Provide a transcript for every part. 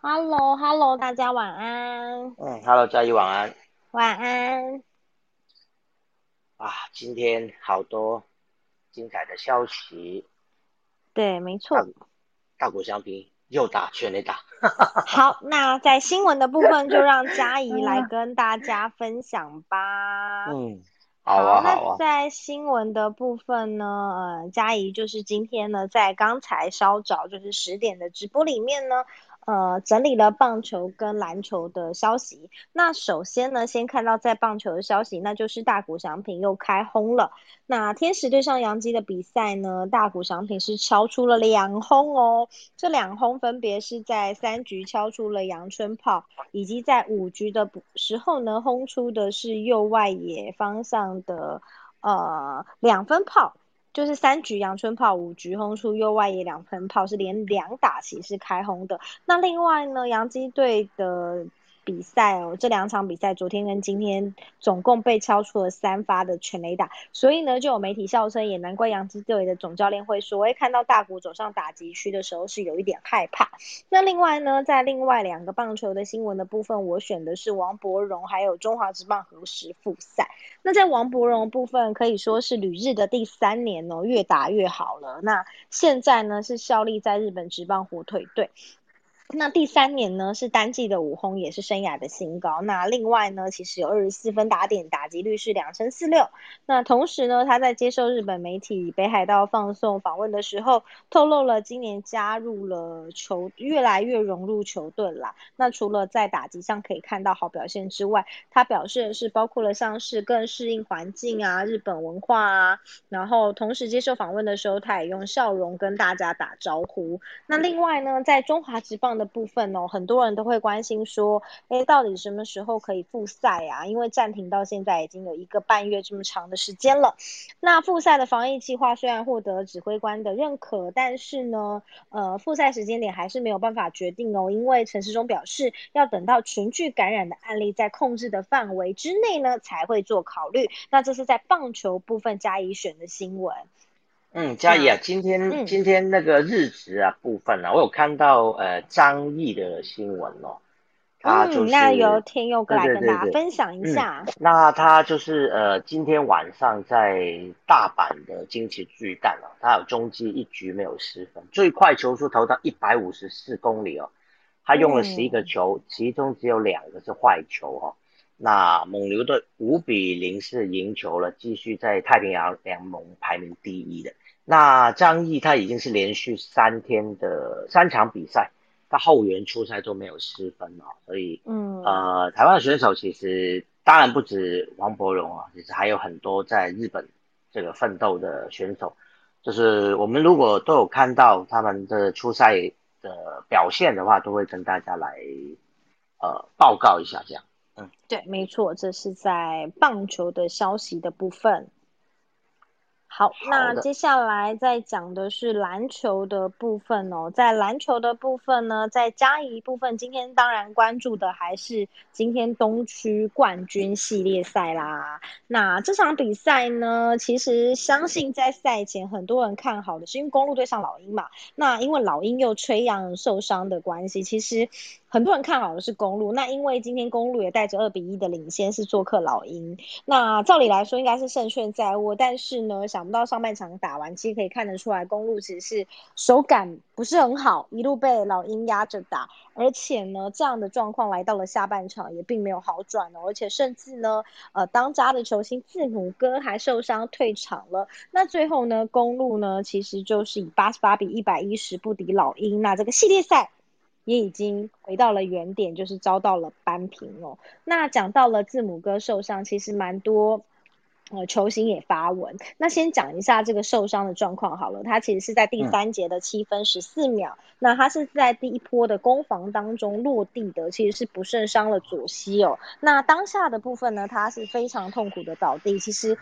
Hello，Hello，大家晚安， Hello，嘉怡晚安晚安。 啊！今天好多精彩的消息， 对，没大错。 大谷翔平又打全垒打。 好，那在新闻的部分就让佳怡来跟大家分享吧。 嗯，好好， 啊， 那好啊。 在新闻的部分呢，佳怡就是今天呢，在刚才稍早就是10点的直播里面呢，整理了棒球跟篮球的消息。那首先呢，先看到在棒球的消息，那就是大谷翔平又开轰了。那天使对上洋基的比赛呢，大谷翔平是敲出了2轰哦，这2轰分别是在3局敲出了阳春炮。以及在5局的时候呢，轰出的是右外野方向的2分炮，就是3局阳春炮，5局轰出右外野2分炮，是连2打席是开轰的。那另外呢，洋基队的比赛哦，这2场比赛昨天跟今天总共被敲出了3发的全垒打，所以呢，就有媒体笑称，也难怪洋基队的总教练会说，看到大谷走上打击区的时候是有一点害怕。那另外呢，在另外2个棒球的新闻的部分，我选的是王柏荣还有中华职棒何时复赛。那在王柏荣部分可以说是旅日的第3年哦，越打越好了。那现在呢是效力在日本职棒火腿队。那第3年呢是单季的5轰，也是生涯的新高。那另外呢，其实有24分打点，打击率是2成46。那同时呢，他在接受日本媒体北海道放送访问的时候，透露了今年加入了越来越融入球队啦。那除了在打击上可以看到好表现之外，他表示的是包括了像是更适应环境啊、日本文化啊，然后同时接受访问的时候，他也用笑容跟大家打招呼。那另外呢，在中华职棒的部分哦，很多人都会关心说，到底什么时候可以复赛啊？因为暂停到现在已经有1个半月这么长的时间了。那复赛的防疫计划虽然获得指挥官的认可，但是呢，复赛时间点还是没有办法决定哦，因为陈时中表示要等到群聚感染的案例在控制的范围之内呢，才会做考虑。那这是在棒球部分加以选的新闻。 嘉怡啊， 那今天嗯。 今天那个日职啊部分啊，我有看到张毅的新闻哦。他就那由是天佑哥对来跟大家对对对。 分享一下。 那他就是今天晚上在大阪的惊奇巨蛋哦，他有中继1局没有失分，最快球速投到154公里哦。他用了11个嗯， 球，其中只有2个是坏球哦。那蒙牛队5-0是赢球了，继续在太平洋联盟排名第一的。那张毅他已经是连续3场比赛，他后援出赛都没有失分哦，所以嗯， 台湾的选手其实当然不止王柏荣啊，其实还有很多在日本这个奋斗的选手，就是我们如果都有看到他们的出赛的表现的话，都会跟大家来报告一下这样。嗯， 对，没错，这是在棒球的消息的部分。好， 好的。 那接下来再讲的是篮球的部分哦。在篮球的部分呢，在嘉义部分，今天当然关注的还是今天东区冠军系列赛啦。那这场比赛呢，其实相信在赛前很多人看好的是因为公鹿对上老鹰嘛。那因为老鹰又吹杨受伤的关系，其实很多人看好的是公鹿。那因为今天公鹿也带着2-1的领先，是做客老鹰。那照理来说应该是胜券在握，但是呢，想不到上半场打完，其实可以看得出来，公路其实是手感不是很好，一路被老鹰压着打，而且呢，这样的状况来到了下半场也并没有好转哦，而且甚至呢，当家的球星字母哥还受伤退场了。那最后呢，公路呢其实就是以88-110不敌老鹰，那这个系列赛也已经回到了原点，就是遭到了扳平哦。那讲到了字母哥受伤，其实蛮多球星也发文。那先讲一下这个受伤的状况好了，他其实是在第嗯 3节的7分14秒，那他是在第一波的攻防当中落地的，其实是不慎伤了左膝哦。那当下的部分呢，他是非常痛苦的倒地，其实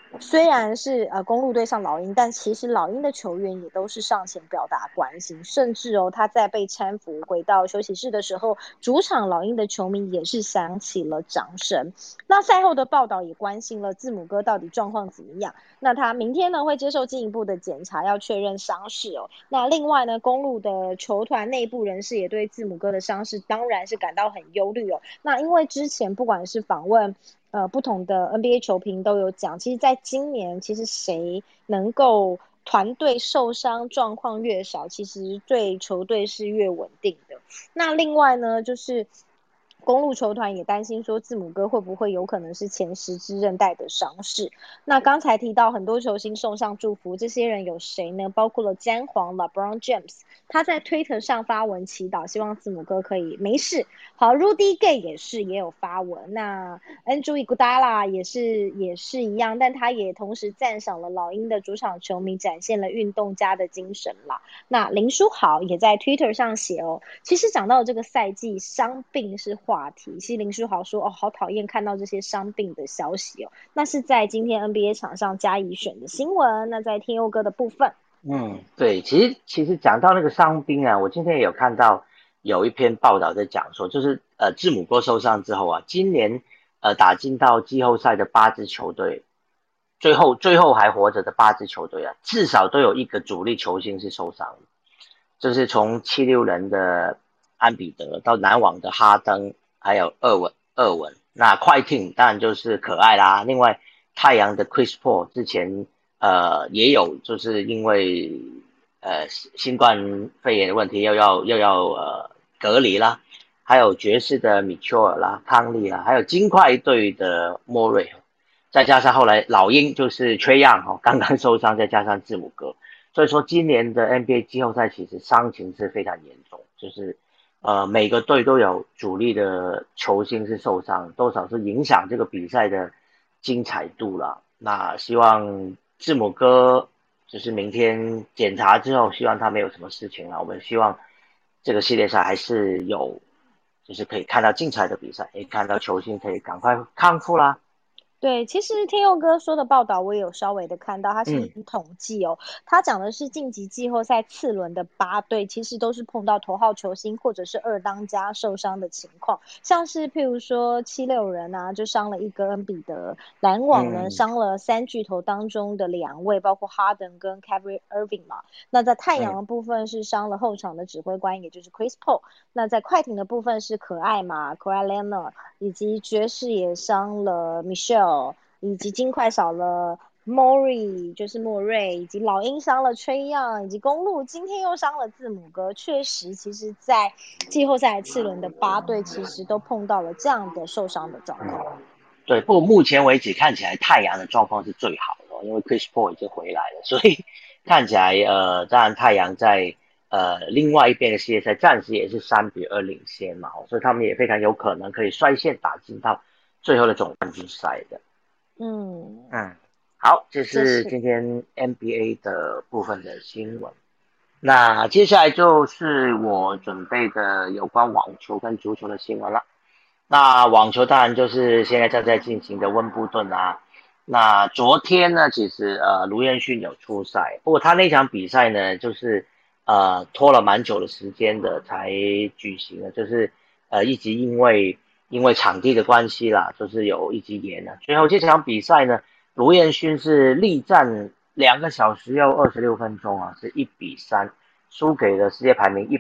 虽然是公鹿对上老鹰，但其实老鹰的球员也都是上前表达关心，甚至他在被搀扶回到休息室的时候，主场老鹰的球迷也是响起了掌声。那赛后的报道也关心了字母哥到底状况怎么样。那他明天呢会接受进一步的检查，要确认伤势哦。那另外呢，公鹿的球团内部人士也对字母哥的伤势当然是感到很忧虑哦。那因为之前不管是访问不同的 NBA 球评都有讲，其实在今年，其实谁能够团队受伤状况越少，其实对球队是越稳定的。那另外呢，就是公路球团也担心说字母哥会不会有可能是前十字韧带的伤势。那刚才提到很多球星送上祝福，这些人有谁呢？包括了詹皇 LeBron James，他在推特上发文祈祷，希望字母哥可以没事。好，Rudy Gay 也有发文，那 Andrew Iguodala 也是一样，但他也同时赞赏了老鹰的主场球迷展现了运动家的精神啦。那林书豪也在 Twitter 上写哦，其实讲到这个赛季伤病是话题，其实林书豪说好讨厌看到这些伤病的消息哦。那是在今天 NBA 场上加以选的新闻。那在天佑哥的部分， 对，其实讲到那个伤兵啊，我今天也有看到有一篇报道在讲说，就是字母哥受伤之后啊，今年打进到季后赛的8支球队，最后还活着的8支球队啊，至少都有一个主力球星是受伤的，就是从76人的安比德到篮网的哈登，还有厄文，那快艇当然就是可爱啦，另外太阳的 Chris Paul 之前也有就是因为新冠肺炎的问题又要隔离啦，还有爵士的米丘尔啦、康利啦，还有金块队的莫瑞，再加上后来老鹰就是缺样刚刚受伤，再加上字母哥，所以说今年的 NBA 季后赛其实伤情是非常严重，就是每个队都有主力的球星是受伤，多少是影响这个比赛的精彩度啦。那希望字母哥就是明天检查之后，希望他没有什么事情了。我们希望这个系列赛还是有，就是可以看到精彩的比赛，也看到球星可以赶快康复啦。 对，其实天佑哥说的报道我也有稍微的看到，他是嗯以统计哦，他讲的是晋级季后赛次轮的8队，其实都是碰到头号球星或者是二当家受伤的情况，像是譬如说76人啊，就伤了一个恩比德，篮网呢嗯伤了3巨头当中的2位，包括哈登跟 Kyrie Irving 嘛，那在太阳嗯的部分是伤了后场的指挥官，也就是 Chris Paul，那在快艇的部分是可爱嘛 k a w h i Leonard。以及爵士也伤了 Michelle，以及金块少了 Mori，就是莫瑞，以及老鹰伤了崔样，以及公路今天又伤了字母哥。确实，其实在季后赛次轮的8队，其实都碰到了这样的受伤的状况。 对，不过目前为止看起来太阳的状况是最好的，因为 Chris Paul 已经回来了，所以看起来当然太阳在另外一边的系列赛暂时也是3-2领先嘛，所以他们也非常有可能可以率先打进到最后的总冠军赛的。 嗯， 嗯，好，这是这是今天 NBA 的部分的新闻。那接下来就是我准备的有关网球跟足球的新闻了。那网球当然就是现在正在进行的温布顿啊。那昨天呢，其实卢彦勋有出赛，不过他那场比赛呢，就是拖了蛮久的时间的才举行了，就是一直因为场地的关系啦，就是有一直延了。最后这场比赛呢，卢彦勋是力战2个小时又26分钟啊，是1-3。输给了世界排名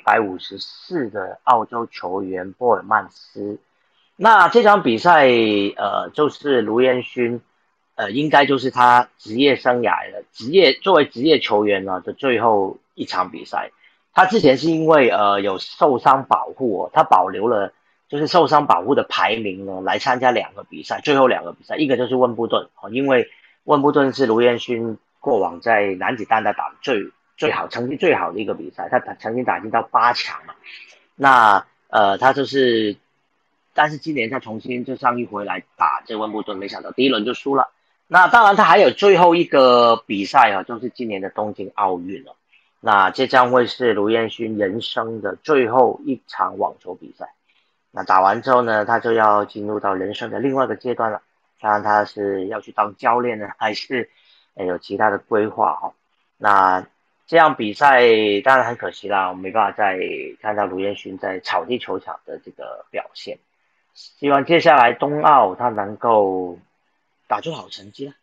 154的澳洲球员波尔曼斯。那这场比赛，就是卢彦勋，应该就是他职业生涯的作为职业球员呢的最后一场比赛。他之前是因为有受伤保护他保留了就是受伤保护的排名呢来参加最后两个比赛，一个就是温布顿因为温布顿是卢彦勋过往在男子单打打的成绩最好的一个比赛，他曾经打进到8强嘛。那他就是，但是今年他重新就上一回来打这温布顿，没想到第一轮就输了。那当然他还有最后一个比赛就是今年的东京奥运了。那这将会是卢彦勋人生的最后一场网球比赛。那打完之后呢，他就要进入到人生的另外一个阶段了。 看看他是要去当教练呢，还是有其他的规划哈。那这样比赛当然很可惜啦，我们没办法再看到卢彦勋在草地球场的这个表现。希望接下来冬奥他能够打出好成绩啦。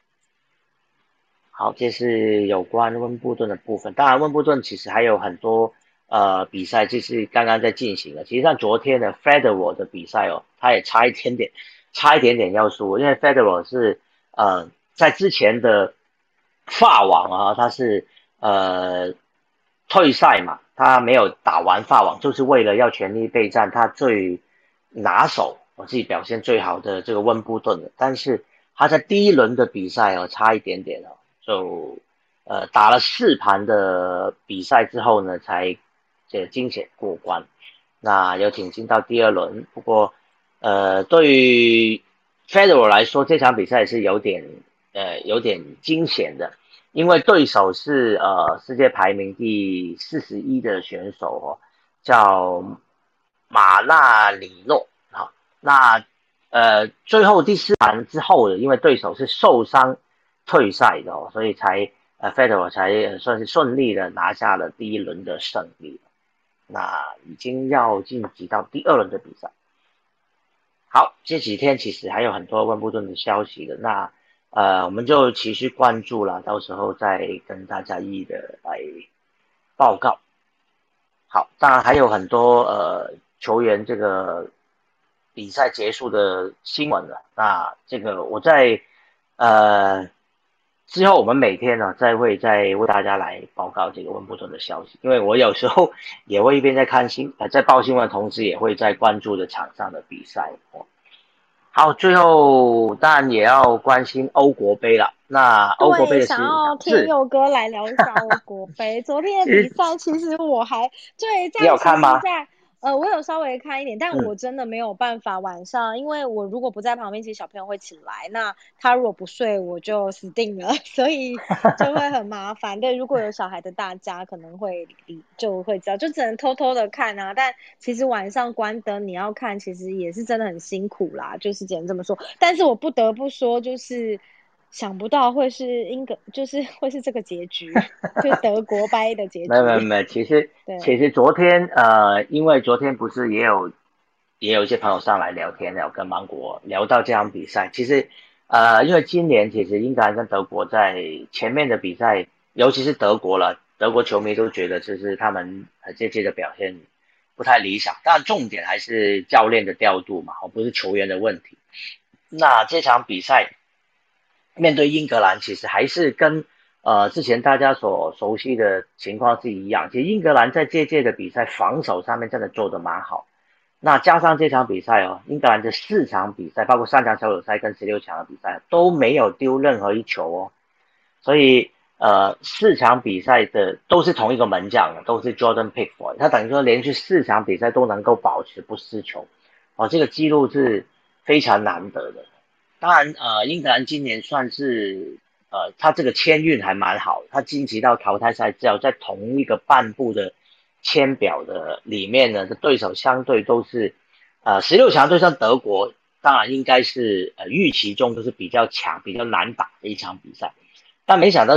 好，这是有关温布顿的部分。当然，温布顿其实还有很多比赛，就是刚刚在进行的。其实像昨天的 Federer 的比赛哦，他也差一点点要输，因为 Federer 是在之前的法网啊，他是退赛嘛，他没有打完法网，就是为了要全力备战他最拿手我自己表现最好的这个温布顿的，但是他在第一轮的比赛哦，差一点点哦。就打了4盘的比赛之后呢，才惊险过关。那有挺进到第二轮，不过对于 Federer 来说，这场比赛是有点惊险的，因为对手是世界排名第41的选手哦，叫马纳里诺。好，那最后第4盘之后的，因为对手是受伤退赛的哦，所以Federer 才算是顺利的拿下了第一轮的胜利。那已经要晋级到第二轮的比赛。好，这几天其实还有很多温布顿的消息的，那我们就持续关注了，到时候再跟大家一一的来报告。好，当然还有很多球员这个比赛结束的新闻了。那这个我在呃之后我们每天呢再为大家来报告这个温布顿的消息，因为我有时候也会一边在在报新闻的同时，也会在关注着场上的比赛。好，最后当然也要关心欧国杯了。那欧国杯对， 的事想要听是， 佑哥来聊一下欧国杯。昨天的比其实赛其实我还对， 你有但其看吗？ 实在，我有稍微看一点，但嗯， 我真的没有办法晚上，因为我如果不在旁边，其实小朋友会起来，那他如果不睡，我就死定了，所以就会很麻烦。对，如果有小孩的大家可能就会知道，就只能偷偷的看啊。但其实晚上关灯你要看，其实也是真的很辛苦啦，就是只能这么说。但是我不得不说，就是想不到会是就是会是这个结局，就是德国杯的结局。 没有，其对， 实昨天因为昨天不是也有一些朋友上来聊天，有跟芒果聊到这场比赛。其实因为今年其实英格兰跟德国在前面的比赛，尤其是德国了，德国球迷都觉得就是他们这届的表现不太理想，但重点还是教练的调度嘛，而不是球员的问题。那这场比赛面对英格兰，其实还是跟之前大家所熟悉的情况是一样。其实英格兰在这届的比赛防守上面真的做得蛮好。那加上这场比赛哦，英格兰的4场比赛，包括3场小组赛跟16强的比赛都没有丢任何一球哦。所以4场比赛的都是同一个门将，都是 Jordan Pickford，他等于说连续4场比赛都能够保持不失球，哦，这个记录是非常难得的。当然，英格兰今年算是他这个签运还蛮好，他晋级到淘汰赛之后，在同一个半部的签表的里面呢，的对手相对都是16强对上德国，当然应该是预期中都是比较强、比较难打的一场比赛。但没想到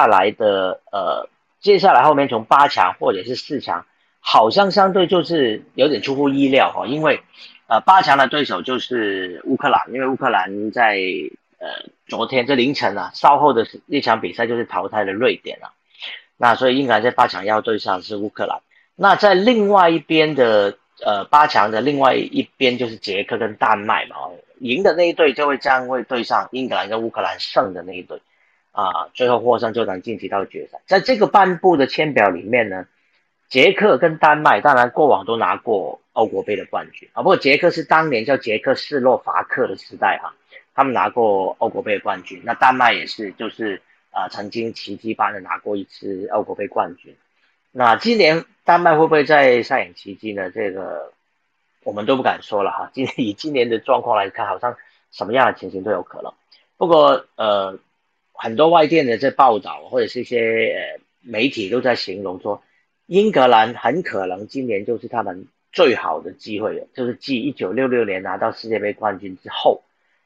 接下来后面从8强或者是4强，好像相对就是有点出乎意料哈，因为8强的对手就是乌克兰，因为乌克兰在昨天这凌晨啊，稍后的一场比赛就是淘汰了瑞典啊，那所以英格兰在8强要对上是乌克兰。那在另外一边的8强的另外一边就是捷克跟丹麦嘛，赢的那一队就会将会对上英格兰跟乌克兰胜的那一队。最后获胜就能晋级到决赛。在这个半部的签表里面呢，捷克跟丹麦当然过往都拿过欧国杯的冠军啊，不过捷克是当年叫捷克斯洛伐克的时代哈，他们拿过欧国杯的冠军。那丹麦也是，就是曾经奇迹般的拿过一次欧国杯冠军。那今年丹麦会不会再上演奇迹呢？这个我们都不敢说了哈。以今年的状况来看，好像什么样的情形都有可能。不过很多外电的在报道，或者是一些媒体都在形容说，英格兰很可能今年就是他们最好的机会了，就是继1966年拿到世界杯冠军之后，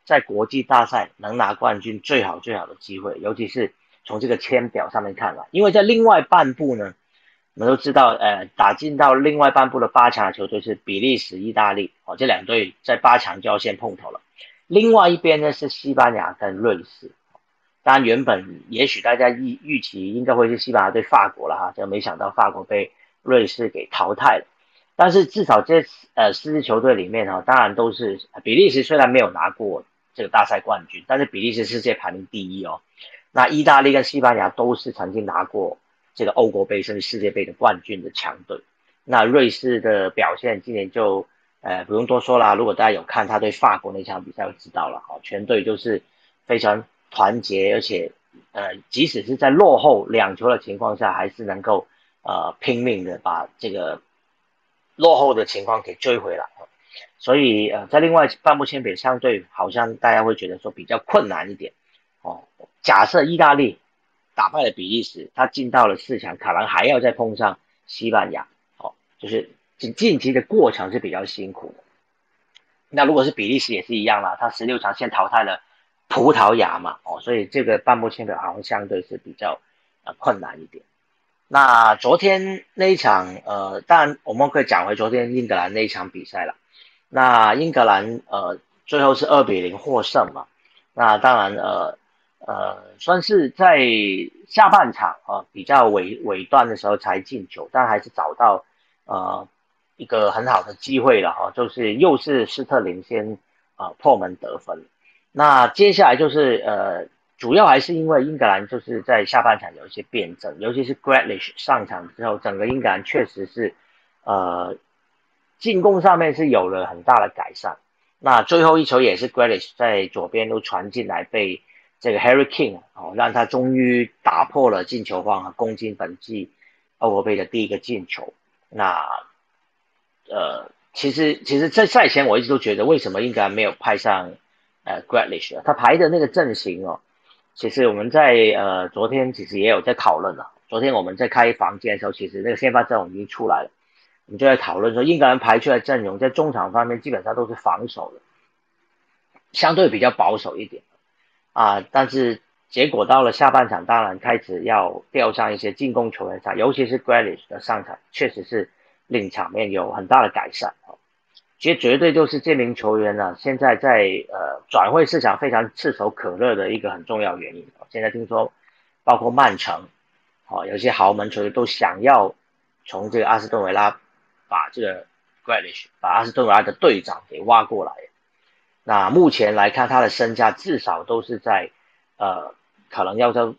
在国际大赛能拿冠军最好的机会，尤其是从这个签表上面看来，因为在另外半部呢，我们都知道，打进到另外半部的8强的球队是比利时、意大利，哦，这两队在8强就要先碰头了。另外一边呢是西班牙跟瑞士，当然原本也许大家预期应该会是西班牙对法国了哈，就没想到法国被瑞士给淘汰了。但是至少这4支球队里面当然都是比利时虽然没有拿过这个大赛冠军，但是比利时世界排名第1哦。那意大利跟西班牙都是曾经拿过这个欧国杯甚至世界杯的冠军的强队。那瑞士的表现今年就不用多说啦，如果大家有看他对法国那场比赛就知道了，全队就是非常团结，而且即使是在落后2球的情况下，还是能够拼命的把这个落后的情况给追回来。所以在另外半部签表相对好像大家会觉得说比较困难一点哦。假设意大利打败了比利时，他进到了4强，可能还要再碰上西班牙，就是晋级的过程是比较辛苦的。那如果是比利时也是一样啦，他16强先淘汰了葡萄牙嘛，所以这个半部签表好像相对是比较困难一点。那昨天那一场当然我们可以讲回昨天英格兰那一场比赛了。那英格兰最后是2-0获胜嘛。那当然算是在下半场比较尾段的时候才进球，但还是找到一个很好的机会了就是又是施特林先破门得分。那接下来就是主要还是因为英格兰就是在下半场有一些变阵，尤其是 Grealish 上场之后，整个英格兰确实是进攻上面是有了很大的改善。那最后一球也是 Grealish 在左边路传进来，被这个 Harry Kane 让他终于打破了进球荒，攻进本季欧国杯的第1个进球。那其实在赛前我一直都觉得，为什么英格兰没有派上Grealish 他排的那个阵型其实我们在昨天其实也有在讨论了。昨天我们在开房间的时候，其实那个先发阵容已经出来了，我们就在讨论说，英格兰排出来的阵容在中场方面基本上都是防守的，相对比较保守一点但是结果到了下半场，当然开始要调上一些进攻球员上，尤其是 Grealish 的上场，确实是令场面有很大的改善其实绝对就是这名球员呢，现在在转会市场非常炙手可热的一个很重要原因。现在听说包括曼城有些豪门球队都想要从这个阿斯顿维拉把这个 Grealish 把阿斯顿维拉的队长给挖过来。那目前来看，他的身价至少都是在可能要在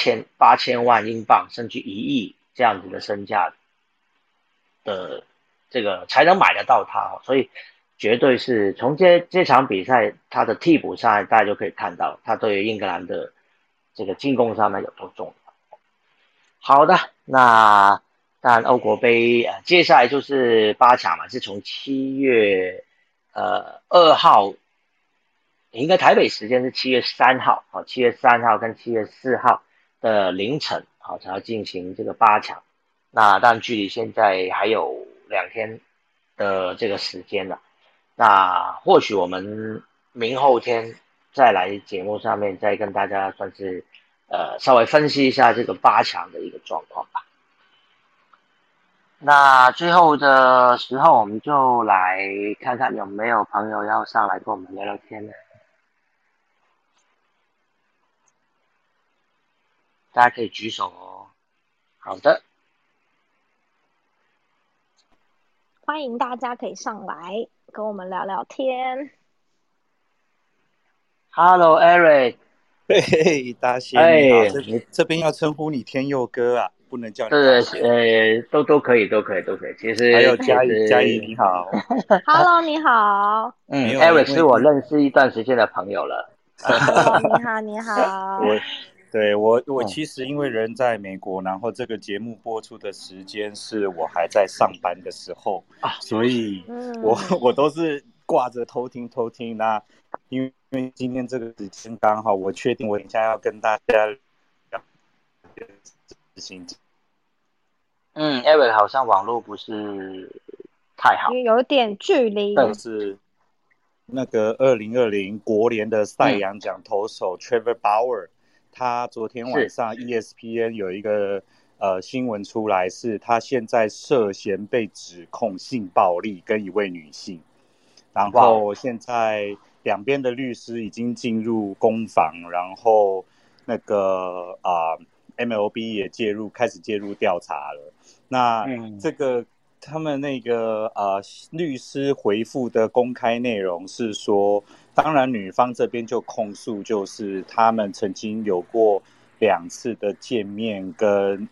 8000万英镑甚至1亿这样子的身价的这个才能买得到他所以绝对是从这场比赛他的替补上来，大家就可以看到他对于英格兰的这个进攻上面有多重要。好的，那当然欧国杯接下来就是8强嘛，是从7月2号，应该台北时间是7月3号7月3号跟7月4号的凌晨才要进行这个8强。那但距离现在还有2天的这个时间了。那或许我们明后天再来节目上面再跟大家算是稍微分析一下这个8强的一个状况吧。那最后的时候，我们就来看看有没有朋友要上来跟我们聊聊天呢？大家可以举手哦。好的， 欢迎大家可以上来跟我们聊聊天。 Hello Eric， 嘿，大仙你好，这边要称呼你天佑哥啊，不能叫你大仙。 都可以。其实还有嘉怡你好 ，Hello 你好。 Eric 是我认识一段时间的朋友了。 Hello 你好。 我其实因为人在美国，然后这个节目播出的时间是我还在上班的时候所以我都是挂着偷听。那因为今天这个时间刚好，我确定我等一下要跟大家聊事情。 Eric 好像网络不是太好， 因为有点距离。 那个2020国联的赛扬奖投手 Trevor Bauer，他昨天晚上 ESPN 有一个新闻出来，是他现在涉嫌被指控性暴力跟一位女性，然后现在两边的律师已经进入攻防，然后那个MLB 也开始介入调查了。那这个他们那个律师回复的公开内容是说，当然女方这边就控诉，就是他们曾经有过2次的见面跟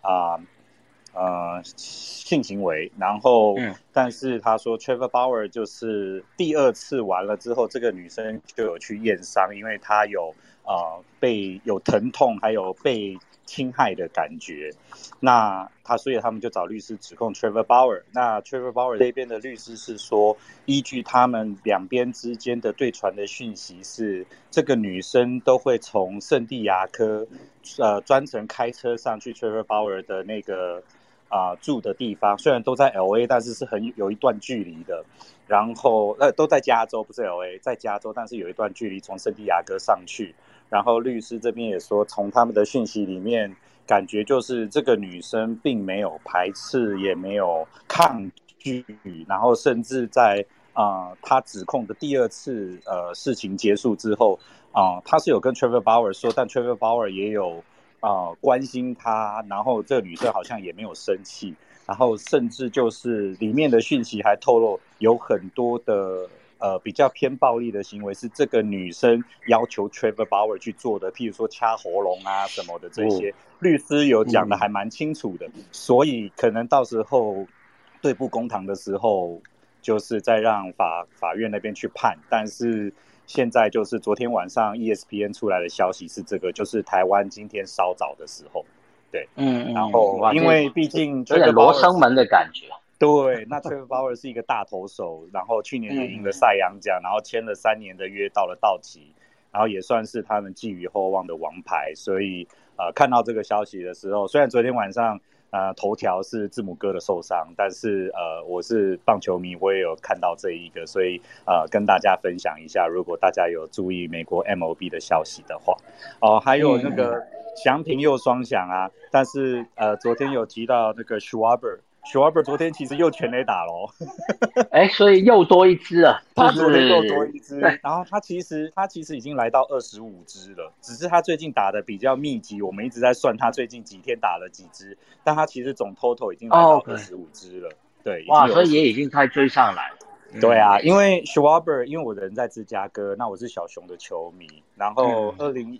性行为，然后但是他说 Trevor Bauer 就是第2次完了之后，这个女生就有去验伤，因为她有有疼痛，还有被侵害的感觉。那所以他们就找律师指控 Trevor Bauer。那 Trevor Bauer 这边的律师是说，依据他们两边之间的对传的讯息是，这个女生都会从圣地亚哥专程开车上去 Trevor Bauer 的那个住的地方，虽然都在 LA， 但是有一段距离的。然后都在加州，不是 LA， 在加州，但是有一段距离从圣地亚哥上去。然后律师这边也说，从他们的讯息里面感觉就是这个女生并没有排斥，也没有抗拒，然后甚至在她指控的第2次事情结束之后她是有跟 Trevor Bauer 说，但 Trevor Bauer 也有关心她，然后这个女生好像也没有生气，然后甚至就是里面的讯息还透露有很多的比较偏暴力的行为是这个女生要求 Trevor Bauer 去做的，譬如说掐喉咙啊什么的，这些律师有讲的还蛮清楚的，所以可能到时候对簿公堂的时候，就是再让法院那边去判。但是现在就是昨天晚上 ESPN 出来的消息是这个，就是台湾今天稍早的时候，对，然后因为毕竟有点罗生门的感觉。 对，那 Trevor Bauer 是一个大投手，然后去年也赢了赛扬奖，然后签了3年的约到了到期，然后也算是他们寄予厚望的王牌。所以看到这个消息的时候，虽然昨天晚上头条是字母哥的受伤，但是我是棒球迷，我也有看到这一个，所以跟大家分享一下，如果大家有注意美国 MLB 的消息的话，还有那个翔平又双响啊，但是昨天有提到那个 Schwarber 昨天其实又全垒打咯所以又多一支了， 他昨天又多一支，然后他其实已经来到25支了，只是他最近打的比较密集，我们一直在算他最近几天打了几支，但他其实总 total 已经来到25支了，对， 哇，所以也已经快追上来了。 对啊，因为 Schwarber， 因为我的人在芝加哥，那我是小熊的球迷，然后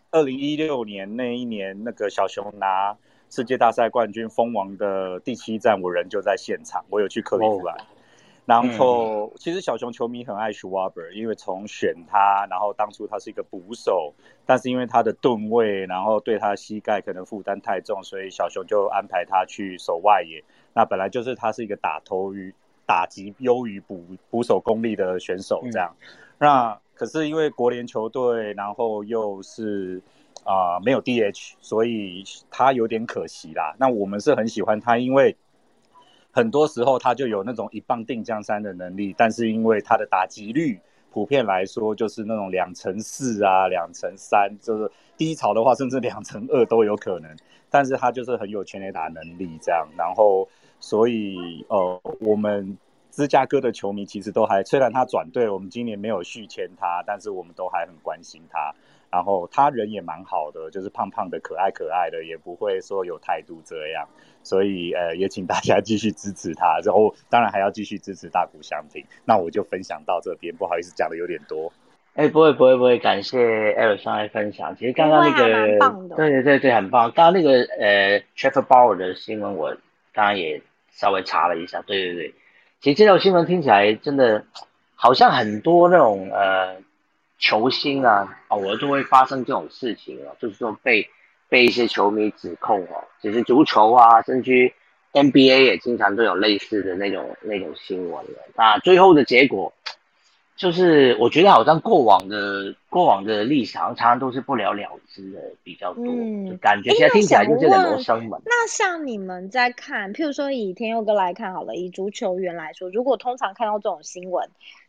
2016年那一年，那个小熊拿世界大赛冠军封王的第7战，我人就在现场，我有去克利夫兰。然后其实小熊球迷很爱 Schwarber， 因为从选他，然后当初他是一个捕手，但是因为他的吨位，然后对他的膝盖可能负担太重，所以小熊就安排他去守外野。那本来就是他是一个打击优于捕手功力的选手这样。那可是因为国联球队，然后又是没有 DH， 所以他有点可惜啦。那我们是很喜欢他，因为很多时候他就有那种一棒定江山的能力，但是因为他的打击率普遍来说就是那种2成4啊2成3，就是低潮的话甚至2成2都有可能，但是他就是很有全垒打能力这样。然后所以我们芝加哥的球迷其实都还，虽然他转队，我们今年没有续签他，但是我们都还很关心他。然后他人也蛮好的，就是胖胖的可爱可爱的，也不会说有态度这样。所以也请大家继续支持他，然后当然还要继续支持大谷翔平。那我就分享到这边，不好意思讲的有点多。 不会，感谢 Eric 上来分享。其实刚刚那个对，很棒。刚刚那个Trevor Bauer 的新闻，我刚刚也稍微查了一下。对，其实这条新闻听起来真的好像很多那种球星啊，偶尔都会发生这种事情啊，就是说被一些球迷指控哦。其实足球啊，甚至 NBA 也经常都有类似的那种新闻了。那最后的结果，就是我觉得好像过往的历史常常都是不了了之的比较多，就感觉现在听起来就是罗生门。 那像你们在看，譬如说以天佑哥来看好了，以足球员来说，如果通常看到这种新闻，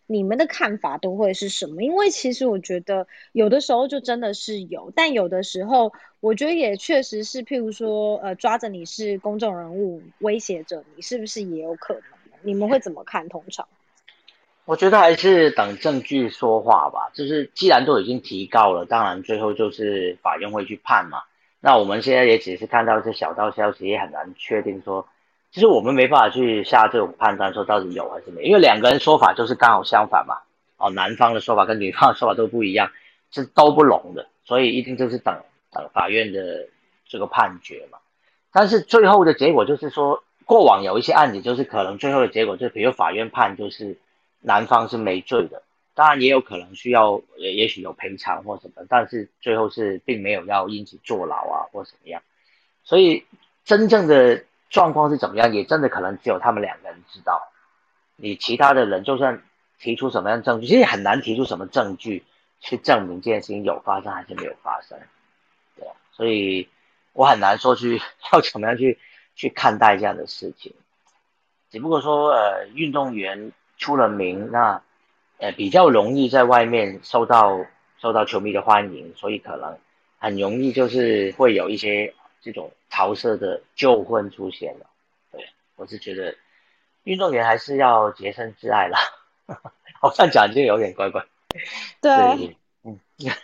你们的看法都会是什么？因为其实我觉得有的时候就真的是有，但有的时候我觉得也确实是，譬如说抓着你是公众人物威胁着你，是不是也有可能？你们会怎么看？通常？ 我觉得还是等证据说话吧。就是既然都已经提告了，当然最后就是法院会去判嘛。那我们现在也只是看到这小道消息，也很难确定说，其实我们没办法去下这种判断说到底有还是没有，因为两个人说法就是刚好相反嘛。哦，男方的说法跟女方的说法都不一样，是都不拢的，所以一定就是等法院的这个判决嘛。但是最后的结果就是说，过往有一些案子就是可能最后的结果就比如法院判就是男方是没罪的，当然也有可能需要也许有赔偿或什么，但是最后是并没有要因此坐牢啊或怎么样。所以真正的状况是怎么样，也真的可能只有他们两个人知道。你其他的人就算提出什么样的证据，其实很难提出什么证据去证明这件事情有发生还是没有发生。对，所以我很难说去要怎么样去看待这样的事情。只不过说运动员出了名，那比较容易在外面受到球迷的欢迎，所以可能很容易就是会有一些这种桃色的纠纷出现了。对，我是觉得运动员还是要洁身自爱啦。好像讲就有点怪怪。 对， 对，嗯，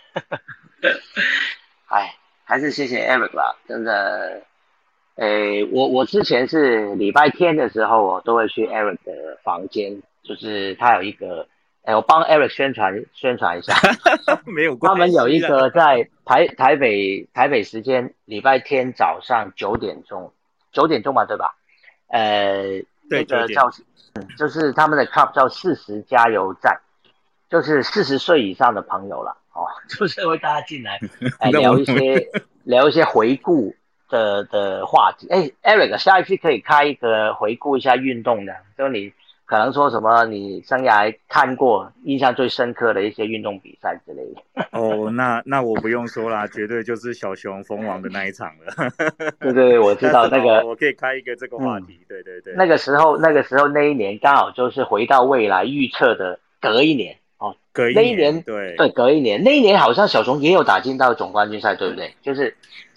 哎，还是谢谢 Eric 啦，真的。我之前是礼拜天的时候，我都会去 Eric 的房间，就是他有一个，我帮 Eric 宣传一下。 没有关系啦。 他们有一个在台北时间礼拜天早上9点钟嘛，对吧？ 对， 那个叫就是他们的 club 叫40加油站，就是40岁以上的朋友了哦，就是会大家进来聊一些回顾的话题。Eric 下一次可以开一个回顾一下运动的，就你可能说什么你生涯看过印象最深刻的一些运动比赛之类的。 哦，那我不用说啦，绝对就是小熊封王的那一场了。 对对，我知道那个， 我可以开一个这个话题。对对对， 那个时候那一年刚好就是回到未来预测的隔一年哦，那一年对隔一年，那一年好像小熊也有打进到总冠军赛，对不对？就是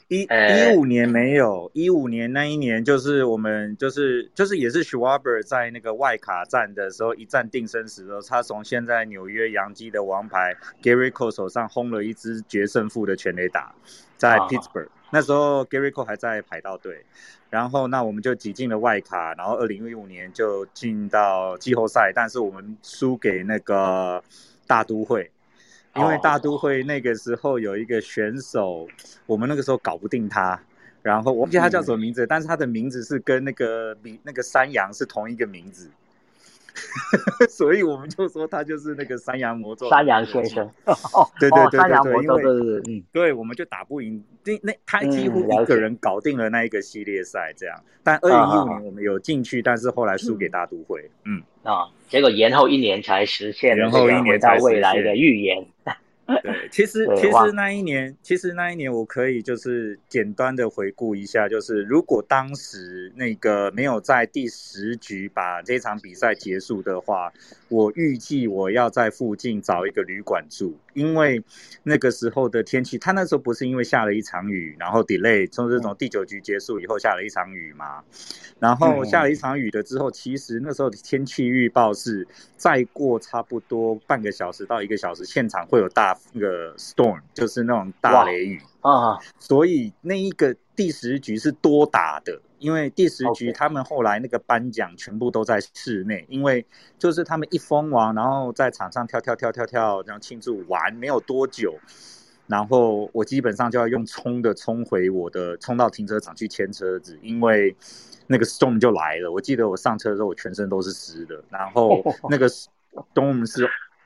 15年没有，15年那一年就是我们就是也是 Schwarber 在那个外卡战的时候一战定生死的时候，他从现在纽约洋基的王牌 Gary Cole 手上轰了一支决胜负的全垒打，在 Pittsburgh，那时候 Gary Cole 还在海盗队，然后那我们就挤进了外卡，然后2015年就进到季后赛，但是我们输给那个大都会。因为大都会那个时候有一个选手，我们那个时候搞不定他，然后我忘记他叫什么名字，但是他的名字是跟那个山羊是同一个名字，所以我们就说他就是那个山羊魔咒。 山羊先生。 对， 山羊魔咒， 对，我们就打不赢，他几乎一个人搞定了那一个系列赛这样。但2015年我们有进去，但是后来输给大都会。 结果延后1年才实现了回到未来的预言。 对，其实那一年我可以就是简单的回顾一下，就是如果当时那个没有在第10局把这场比赛结束的话，我预计我要在附近找一个旅馆住，因为那个时候的天气，他那时候不是因为下了一场雨，然后 delay 从第9局结束以后下了一场雨嘛，然后下了一场雨的之后，其实那时候的天气预报是再过差不多半个小时到1个小时，现场会有那个 storm， 就是那种大雷雨所以那一个第10局是多打的，因为第10局他们后来那个颁奖全部都在室内，因为就是他们一封王，然后在场上跳，然后庆祝完没有多久，然后我基本上就要用冲到停车场去牵车子，因为那个 storm 就来了。我记得我上车的时候我全身都是湿的，然后那个 storm 是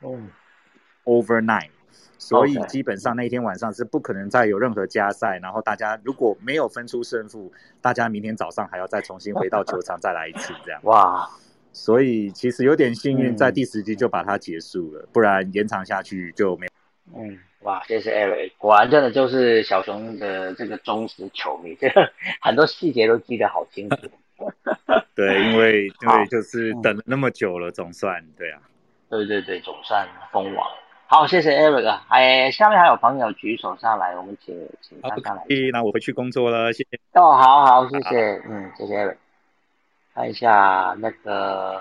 overnight， 所以基本上那天晚上是不可能再有任何加赛，然后大家如果没有分出胜负，大家明天早上还要再重新回到球场再来一次这样。 哇！ 所以其实有点幸运，在第10局就把它结束了，不然延长下去就没有。 哇，谢谢 Eric， 果然真的就是小熊的这个忠实球迷，这个很多细节都记得好清楚。 对，因为就是等了那么久了，总算对啊。 对对对，总算封王。好，谢谢 Eric 啊。下面还有朋友举手上来，我们请他上来一下。 那我回去工作了，谢谢。 哦，好，谢谢，谢谢 Eric。看一下那个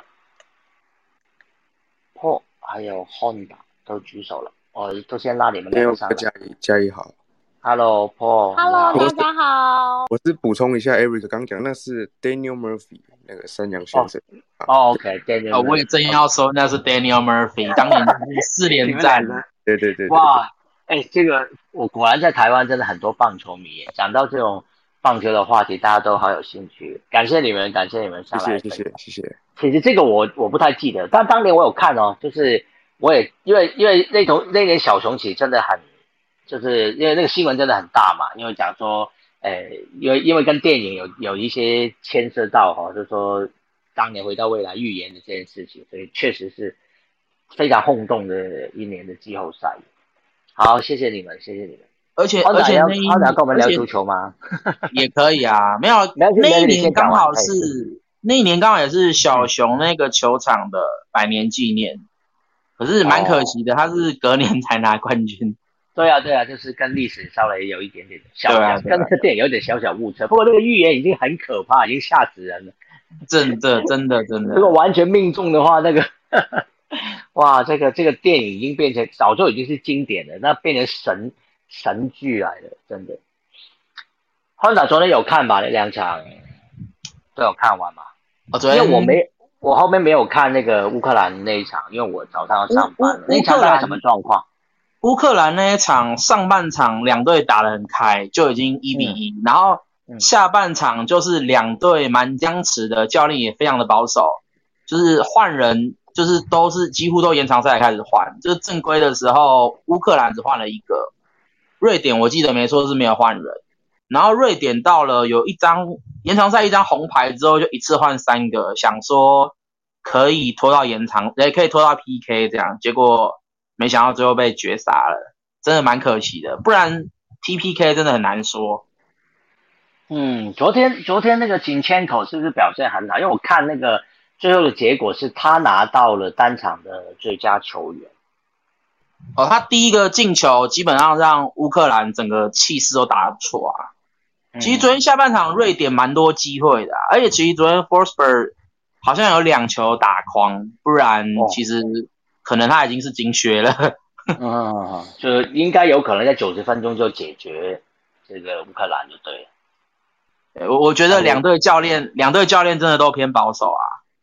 Paul 还有 Honda 都举手了，我都先拉你们两个上来。 嘉义好 ，Hello Paul。Hello， 大家好。 我是补充一下 Eric 刚讲，那是 Daniel Murphy 那个山羊先生。 OK，Daniel。 我也正要说那是 Daniel Murphy， 当年4连战。 对。 哇，这个我果然在台湾真的很多棒球迷耶，讲到这种棒球的话题，大家都好有兴趣。感谢你们上来。 谢谢。 其实这个我不太记得，但当年我有看哦，就是我也因为那年小熊其实真的很，就是因为那个新闻真的很大嘛，因为讲说，因为跟电影有一些牵涉到哈，就是说当年回到未来预言的这件事情，所以确实是非常轰动的一年的季后赛。好，谢谢你们。 而且那一要跟我们聊足球吗？ 也可以啊，没有，那一年刚好是那一年刚好也是小熊那个球场的100年纪念，可是蛮可惜的，他是隔年才拿冠军。 对啊，就是跟历史稍微有一点点跟那个电影有点小误差。不过那个预言已经很可怕，已经吓死人了。 真的。 如果完全命中的话，那个哇，这个电影已经变成早就已经是经典了，那变成神剧来了，真的。Honda 昨天有看吧？那2场都有看完吗？ 昨天因为我后面没有看那个乌克兰那一场，因为我早上要上班。那一场大概什么状况？ 乌克兰那一场上半场2队打得很开，就已经1-1，然后下半场就是2队蛮僵持的，教练也非常的保守，就是换人，就是几乎都延长赛开始换，就是正规的时候乌克兰只换了1个，瑞典我记得没错是没有换人，然后瑞典到了有延长赛一张红牌之后就一次换3个，想说可以拖到延长，也可以拖到 PK 这样，结果没想到最后被绝杀了，真的蛮可惜的，不然 TPK 真的很难说。 昨天那个金千口是不是表现很好？因为我看那个最后的结果是他拿到了单场的最佳球员。 他第一个进球基本上让乌克兰整个气势都打得不错啊。其实昨天下半场瑞典蛮多机会的而且其实昨天 Forsberg 好像有2球打框，不然其实可能他已经是金靴了。 就应该有可能在90分钟就解决这个乌克兰就对了。 我觉得两队教练真的都偏保守啊。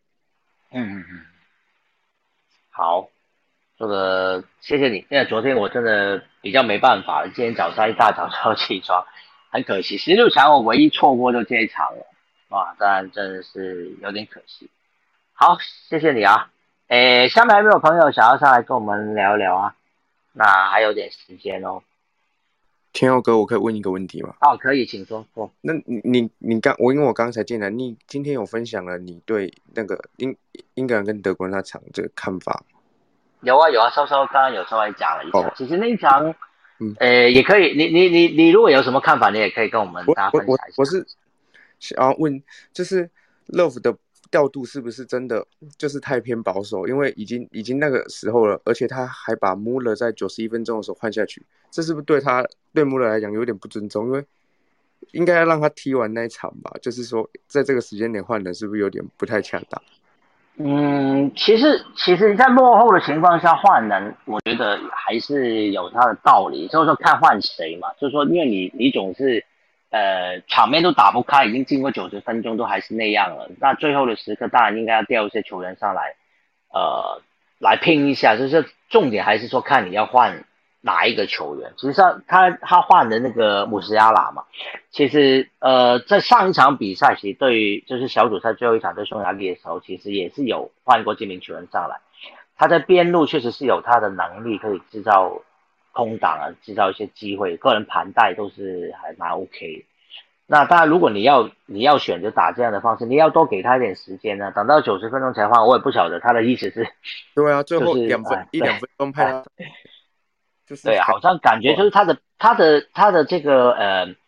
好，这个谢谢你。因为昨天我真的比较没办法，今天早上一大早就起床，很可惜。16强我唯一错过就这一场了，哇，当然真的是有点可惜。好，谢谢你啊。下面还有没有朋友想要上来跟我们聊一聊啊？那还有点时间哦。 天佑哥，我可以问一个问题吗？ 可以，请说。 那你因为我刚才进来，你今天有分享了你对那个英格兰跟德国那场这个看法？ 有啊，稍稍刚刚有稍微讲了一下。其实那一场，也可以，你如果有什么看法，你也可以跟我们大家分享一下。 我是想要问，就是 Love 的调度是不是真的就是太偏保守？因为已经那个时候了，而且他还把 Muller 在91分钟的时候换下去，这是不是对 Muller 来讲有点不尊重？因为应该要让他踢完那一场吧？就是说，在这个时间点换人是不是有点不太恰当？ 其实在落后的情况下换人，我觉得还是有他的道理。就是说看换谁嘛，就是说因为你总是场面都打不开，已经经过90分钟都还是那样了，那最后的时刻当然应该要调一些球员上来，来拼一下。就是重点还是说看你要换哪一个球员。其实他换的那个姆斯亚拉嘛，其实在上一场比赛，其实对于就是小组赛最后一场对匈牙利的时候，其实也是有换过这名球员上来。他在边路确实是有他的能力，可以制造空档啊，制造一些机会，个人盘带都是还蛮 OK 的。那当然，如果你要选择打这样的方式，你要多给他一点时间呢。等到90分钟才换，我也不晓得他的意思是。 对啊，最后2分钟拍他。 对啊，好像感觉就是他的这个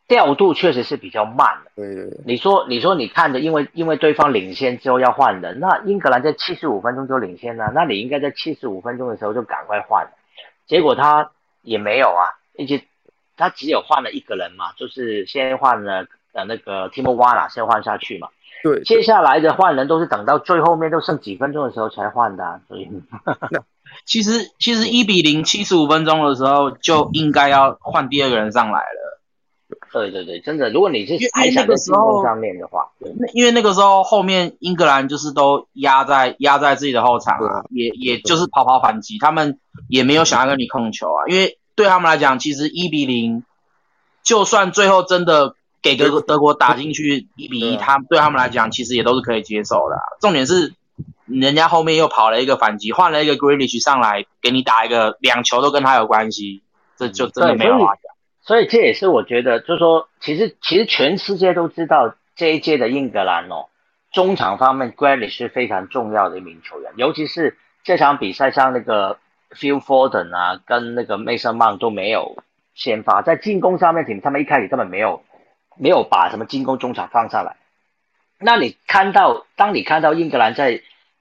调度确实是比较慢的。 对， 你说你看着，因为对方领先之后要换人，那英格兰在75分钟就领先了，那你应该在75分钟的时候就赶快换，结果他也没有啊，而且他只有换了一个人嘛，就是先换了那个 Timo Werner 先换下去嘛。 对， 接下来的换人都是等到最后面都剩几分钟的时候才换的啊，所以其实1-0 75分钟的时候就应该要换第二个人上来了。 对，真的，如果你是还想在进攻上面的话， 因为那个时候后面英格兰就是都压在自己的后场啊，也就是跑反击，他们也没有想要跟你控球啊，因为对他们来讲，其实1-0，就算最后真的给德国打进去1-1，对他们来讲其实也都是可以接受的啊。重点是人家后面又跑了一个反击，换了一个 Grealish 上来给你打一个2球都跟他有关系，这就真的没有话讲。 所以这也是我觉得，就是说，其实全世界都知道这一届的英格兰中场方面 Grealish 是非常重要的一名球员，尤其是这场比赛上那个 Phil Foden 啊，跟那个 Mason Mount 都没有先发，在进攻上面，他们一开始根本没有把什么进攻中场放上来。那当你看到英格兰在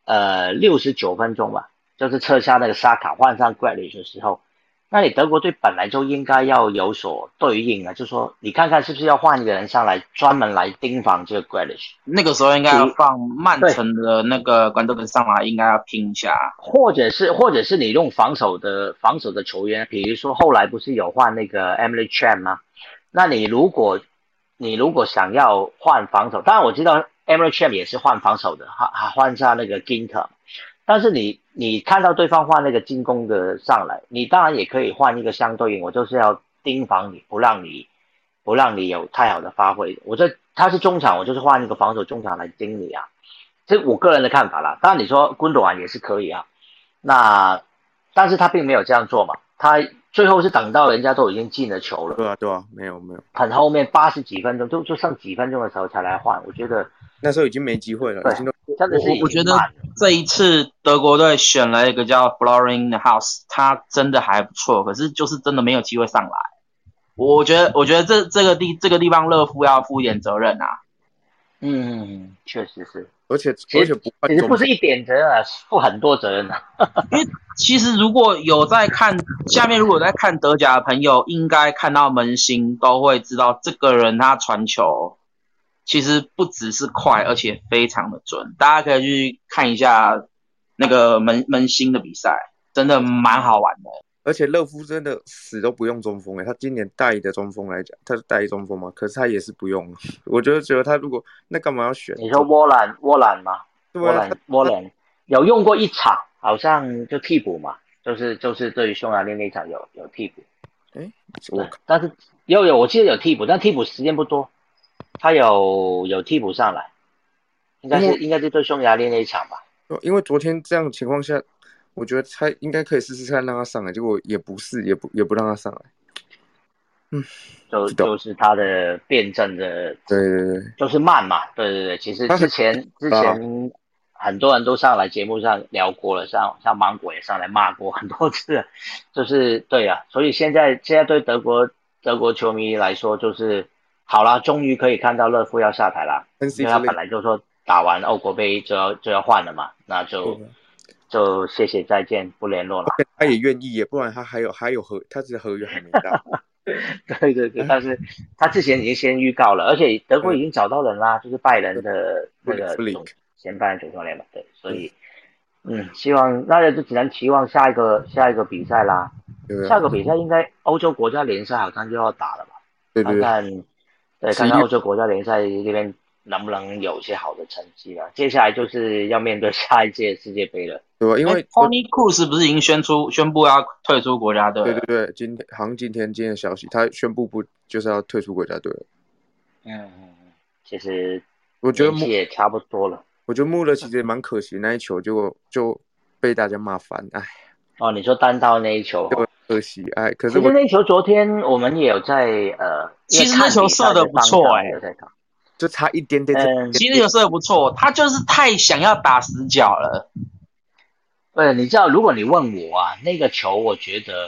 69分钟吧，就是撤下那个沙卡换上 Grealish 的时候，那你德国队本来就应该要有所对应啊，就是说你看看是不是要换一个人上来专门来盯防这个 Grealish。 那个时候应该要放曼城的那个关德本上来，应该要拼一下， 或者是你用防守的球员，比如说后来不是有换那个 Emre Can 吗？那你如果想要换防守，当然我知道 Emre Can 也是换防守的，换上那个 Ginter。但是你看到对方换那个进攻的上来，你当然也可以换一个相对应，我就是要盯防你，不让你有太好的发挥。他是中场，我就是换一个防守中场来盯你啊，这是我个人的看法啦。当然你说昆多安也是可以啊，但是他并没有这样做嘛，他最后是等到人家都已经进了球了。 对啊，没有， 很后面80几分钟就剩几分钟的时候才来换，我觉得那时候已经没机会了，已经都真的是我觉得这一次德国队选了一个叫 Florian Neuhaus， 他真的还不错，可是就是真的没有机会上来。我觉得这个地方勒夫要负一点责任啊。 确实是， 而且其实不是一点责任啊，负很多责任啊。 因为其实如果有在看下面，如果在看德甲的朋友，应该看到门兴都会知道，这个人他传球其实不只是快，而且非常的准。大家可以去看一下那个门兴的比赛，真的蛮好玩的。 而且勒夫真的死都不用中锋他今年代的中锋来讲，他是代中锋嘛，可是他也是不用。我觉得他如果那干嘛要选？ 你说沃兰吗？ 对啊， 沃兰有用过一场，好像就替补嘛，就是对于匈牙利那场有替补。但是我记得有替补，但替补时间不多。他有替补上来，应该是对匈牙利那一场吧。 因为昨天这样的情况下，我觉得他应该可以试试看让他上来，结果也不是，也不让他上来。 就是他的辩证的， 对， 就是慢嘛，对。其实之前很多人都上来节目上聊过了，像芒果也上来骂过很多次，就是对啊。所以现在对德国球迷来说，就是好啦，终于可以看到勒夫要下台啦，因为他本来就说打完欧国杯就要换了嘛，那就谢谢再见，不联络了。 他也愿意，不然他还有他只是合约还没到。 对，但是他之前已经先预告了，而且德国已经找到人啦，就是拜仁的那个前拜仁总教练嘛，对，所以希望那就只能期望下一个比赛啦。下个比赛应该欧洲国家联赛好像就要打了吧？ 对， 看看欧洲国家联赛这边能不能有一些好的成绩了。接下来就是要面对下一届世界杯了。 对吧？因为 Toni Kroos 不是已经宣布要退出国家队了？ 对，今天的消息，他宣布不就是要退出国家队了。 其实我觉得也差不多了。 我觉得穆勒其实也蛮可惜，那一球就被大家骂翻，哎。 你说单刀那一球， 可惜，哎，可是其实那一球昨天我们也有在其实那球射得不错， 就差一点点。 其实那球射得不错，他就是太想要打死角了。 你知道，如果你问我啊，那个球我觉得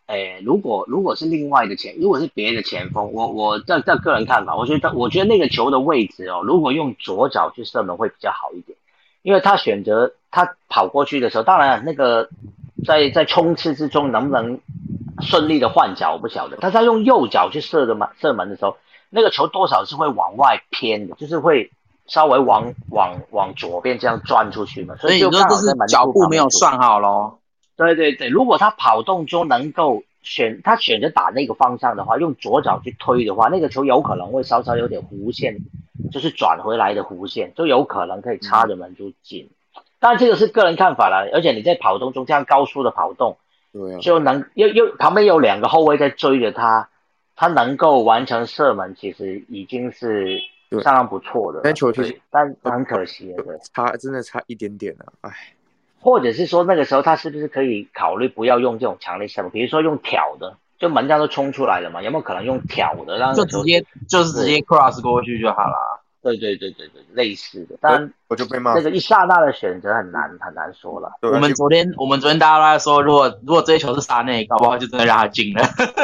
如果是另外的如果是别的前锋，我这个人看法，我觉得那个球的位置哦，如果用左脚去射门会比较好一点，因为他选择他跑过去的时候，当然那个在冲刺之中能不能顺利的换脚我不晓得，但是他用右脚去射门的时候，那个球多少是会往外偏的，就是会稍微往左边这样转出去嘛，所以就刚好在门脚步没有算好咯。 对对对，如果他跑动中能够选择打那个方向的话，用左脚去推的话，那个球有可能会稍稍有点弧线，就是转回来的弧线，就有可能可以插着门就进。当然这个是个人看法啦，而且你在跑动中这样高速的跑动， 对啊， 就能又旁边有2个后卫在追着他，他能够完成射门，其实已经是相当不错的。 但球其实但很可惜了，对， 真的差一点点啊，哎。 或者是说那个时候他是不是可以考虑不要用这种强力射门，比如说用挑的，就门将都冲出来了嘛，有没有可能用挑的让就直接 cross 过去就好了？ 对，类似的，当然我就被骂。 那个一刹那的选择很难说了。 我们昨天大家都在说，如果这一球是沙内，搞不好就真的让他进了，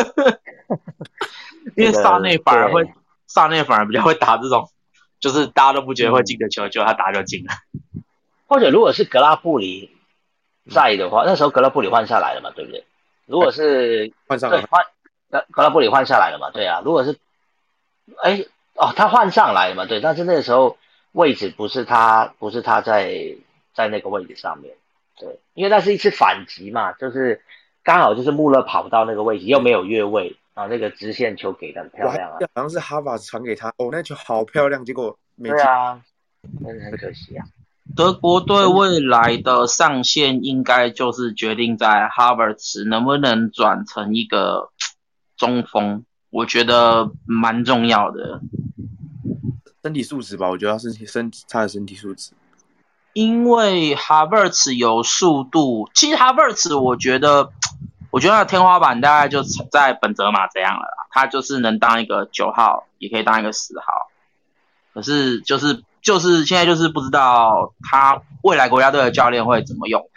因为沙内反而比较会打这种，就是大家都不觉得会进的球，就他打就进了。 或者如果是格拉布里在的话，那时候格拉布里换下来了嘛，对不对？如果是换上来， 格拉布里换下来了嘛，对啊。如果是他换上来了嘛，对，但是那个时候位置不是他在那个位置上面，对，因为那是一次反击嘛，就是刚好就是穆勒跑到那个位置又没有越位，然后那个直线球给的很漂亮啊， 好像是哈瓦斯传给他，那球好漂亮，结果没进。 对啊，真的很可惜啊。 德国队未来的上限应该就是决定在哈维茨能不能转成一个中锋，我觉得蛮重要的。 身体素质吧，我觉得他他的身体素质。 因为哈维茨有速度，其实哈维茨我觉得他的天花板大概就在本泽马这样了啦，他就是能当一个9号，也可以当一个10号，可是就是现在就是不知道他未来国家队的教练会怎么用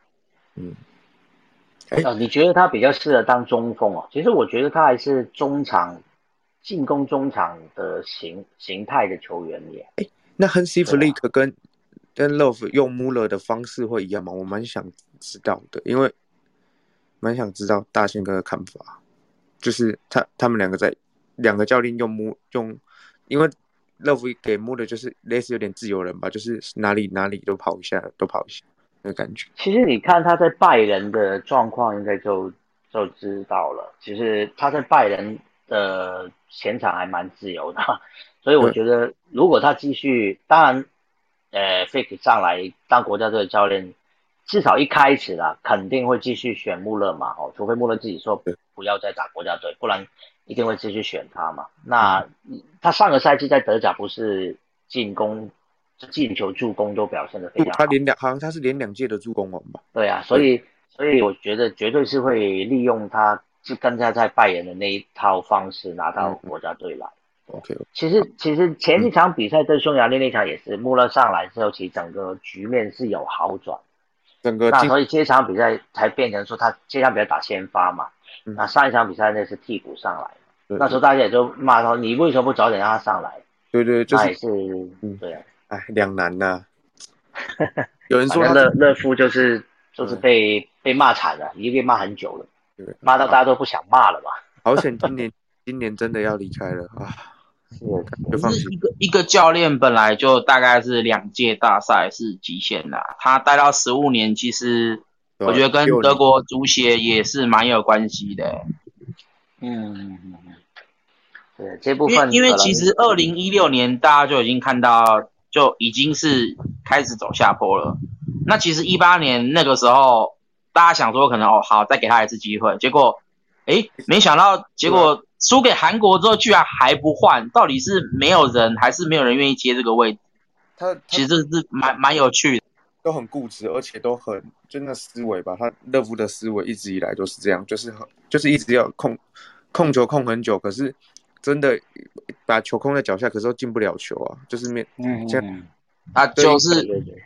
他。你觉得他比较适合当中锋哦？其实我觉得他还是进攻中场的形态的球员耶。 那亨西弗利克跟 Love 用穆勒的方式会一样吗？我蛮想知道的，因为蛮想知道大宪哥的看法，就是他们两个教练用，因为 Love 给穆勒就是类似有点自由人吧，就是哪里都跑一下的感觉。 其实你看他在拜仁的状况，应该就知道了。其实他在拜仁的前场还蛮自由的，所以我觉得如果他继续，当然，Flick 上来当国家队的教练，至少一开始啦，肯定会继续选穆勒嘛，除非穆勒自己说不要再打国家队，不然一定会继续选他嘛。那他上个赛季在德甲不是进球、助攻都表现得非常好， 好像他是连2届的助攻王吧？ 对啊，所以我觉得绝对是会利用他，就跟他在拜仁的那一套方式拿到国家队来。 OK， 其实前一场比赛对匈牙利那场也是穆勒上来之后，其实整个局面是有好转，那所以这场比赛才变成说他这场比赛打先发嘛，那上一场比赛那是替补上来，那时候大家也就骂他，你为什么不早点让他上来？ 对，就是那也是对啊， 两难呐。有人说勒夫就是被骂惨了，已经被骂很久了，骂到大家都不想骂了嘛。 好险今年真的要离开了啊！ 是一个教练本来就大概是2届大赛是极限的，他待到15年，其实我觉得跟德国足协也是蛮有关系的。 对，这部分因为其实2016年大家就已经看到，就已经是开始走下坡了。那其实18年那个时候，大家想说可能好再给他一次机会，结果没想到结果输给韩国之后居然还不换，到底是没有人还是没有人愿意接这个位置？其实这是蛮有趣的， 都很固执，而且都很就那思维吧，他勒夫的思维一直以来都是这样，就是一直要控球控很久，可是真的把球控在脚下，可是都进不了球啊，就是这样。 就是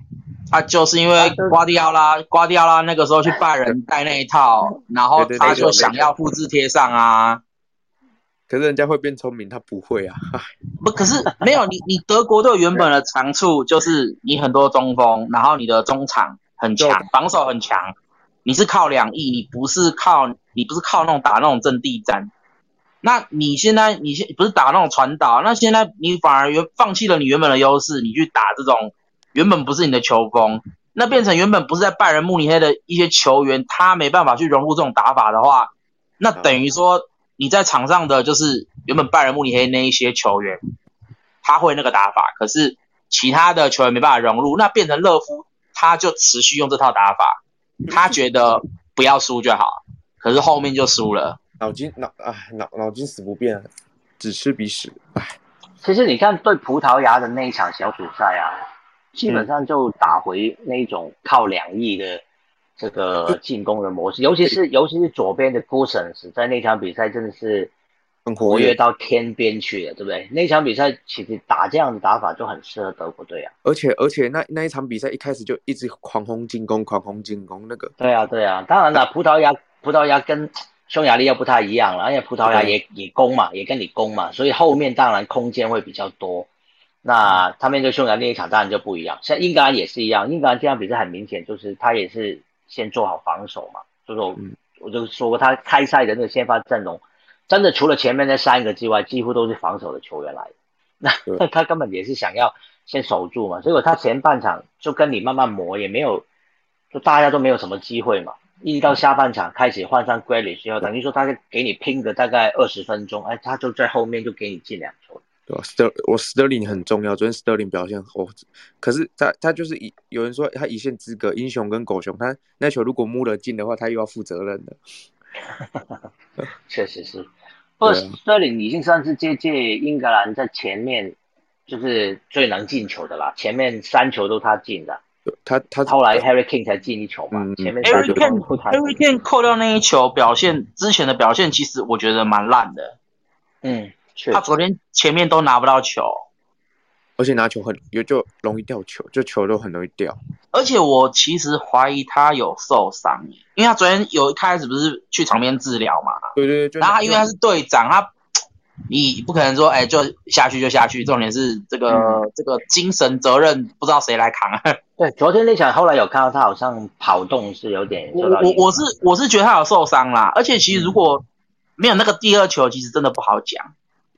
就是因为瓜迪奥拉那个时候去拜仁带那一套，然后他就想要复制贴上啊。 可是人家会变聪明，他不会啊。 不，可是没有你德国队原本的长处就是你很多中锋，然后你的中场很强，防守很强。你是靠2翼，你不是靠那种打那种阵地战。那你现在不是打那种传导，那现在你反而放弃了你原本的优势，你去打这种原本不是你的球风，那变成原本不是在拜仁慕尼黑的一些球员，他没办法去融入这种打法的话，那等于说你在场上的就是原本拜仁慕尼黑那一些球员，他会那个打法，可是其他的球员没办法融入，那变成勒夫他就持续用这套打法，他觉得不要输就好，可是后面就输了。 脑筋死不变，只吃鼻屎。 其实你看对葡萄牙的那一场小组赛啊，基本上就打回那一种靠2翼的这个进攻的模式，尤其是左边的 Gosens 在那场比赛真的是很活跃到天边去了，对不对？那场比赛其实打这样的打法就很适合德国队啊。 而且那一场比赛一开始就一直狂轰进攻那个。 对啊，当然了，葡萄牙跟匈牙利又不太一样了，因为葡萄牙也攻嘛，也跟你攻嘛，所以后面当然空间会比较多。那他面对匈牙利那一场当然就不一样，像英格兰也是一样，英格兰这场比赛很明显就是他也是先做好防守嘛，就是我就说过他开赛的那个先发阵容，真的除了前面那3个之外，几乎都是防守的球员来的。那他根本也是想要先守住嘛，结果他前半场就跟你慢慢磨，也没有，就大家都没有什么机会嘛。一直到下半场开始换上 Grealish 之后，等于说他给你拼个大概20分钟，他就在后面就给你进2球。 对吧？Sterling 很重要，昨天 Sterling 表现可是他就是有人说他一线之隔，英雄跟狗熊，他那球如果摸了进的话，他又要负责任的。 确实是，不过 Sterling 已经算是这届英格兰在前面就是最能进球的啦，前面3球都他进的。 他后来 Harry Kane 才进1球嘛，前面3球都他。 Harry Kane 扣掉那一球之前的表现其实我觉得蛮烂的。他昨天前面都拿不到球， 而且拿球就容易掉球，就球都很容易掉。 而且我其实怀疑他有受伤，因为他昨天一开始不是去场边治疗嘛？ 对。 然后他因为他是队长，你不可能说就下去就下去，重点是这个精神责任不知道谁来扛。 对，昨天那场后来有看到他好像跑动是有点受到影响。 我是觉得他有受伤啦，而且其实如果没有那个第2球，其实真的不好讲。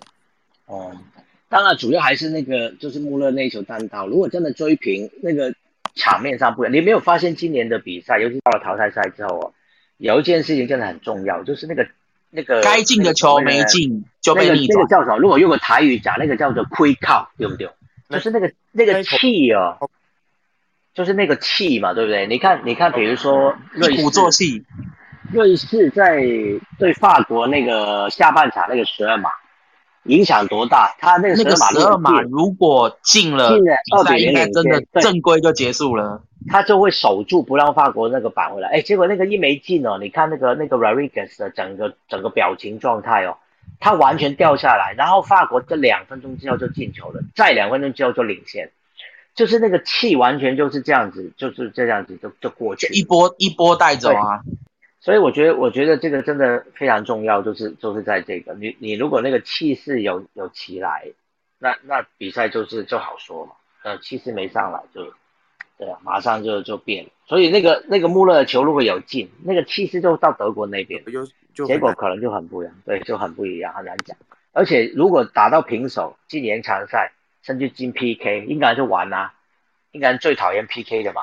当然主要还是那个就是穆勒那一球单刀，如果真的追平那个场面上不一样。你没有发现今年的比赛，尤其到了淘汰赛之后有一件事情真的很重要，就是那个该进的球没进就被逆转。 那个叫什么？如果用个台语讲，那个叫做亏靠，对不对？就是那个气就是那个气嘛，对不对？你看，比如说一鼓作气， 瑞士在对法国那个下半场那个12码。影响多大？他那个 12码如果进了比赛应该真的正规就结束了。 他就会守住不让法国那个扳回来。结果那个一没进你看那个 Rodriguez 的整个表情状态他完全掉下来，然后法国这2分钟之后就进球了，再2分钟之后就领先，就是那个气完全就是这样子，就是这样子就过去， 一波带走啊。 所以我觉得这个真的非常重要，就是在这个你如果那个气势有起来，那比赛就好说嘛。气势没上来对啊，马上就变了。所以那个穆勒的球如果有进，那个气势就到德国那边，结果可能就很不一样，对，就很不一样，很难讲。而且如果打到平手，进延长赛，甚至进 PK， 英格兰就完啦。英格兰最讨厌 PK 的嘛。